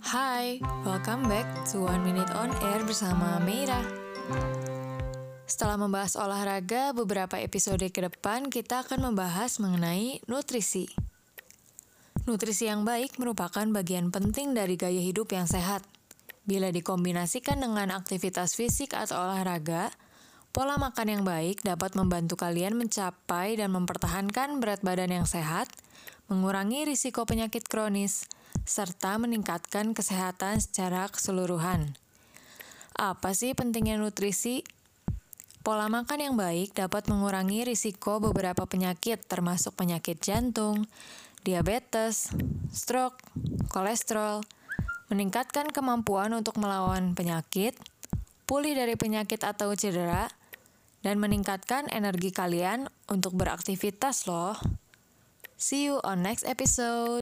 Hai, welcome back to One Minute on Air bersama Meira. Setelah membahas olahraga, beberapa episode ke depan kita akan membahas mengenai nutrisi. Nutrisi yang baik merupakan bagian penting dari gaya hidup yang sehat. Bila dikombinasikan dengan aktivitas fisik atau olahraga, pola makan yang baik dapat membantu kalian mencapai dan mempertahankan berat badan yang sehat, mengurangi risiko penyakit kronis, serta meningkatkan kesehatan secara keseluruhan. Apa sih pentingnya nutrisi? Pola makan yang baik dapat mengurangi risiko beberapa penyakit termasuk penyakit jantung, diabetes, stroke, kolesterol, meningkatkan kemampuan untuk melawan penyakit, pulih dari penyakit atau cedera, dan meningkatkan energi kalian untuk beraktivitas loh. See you on next episode.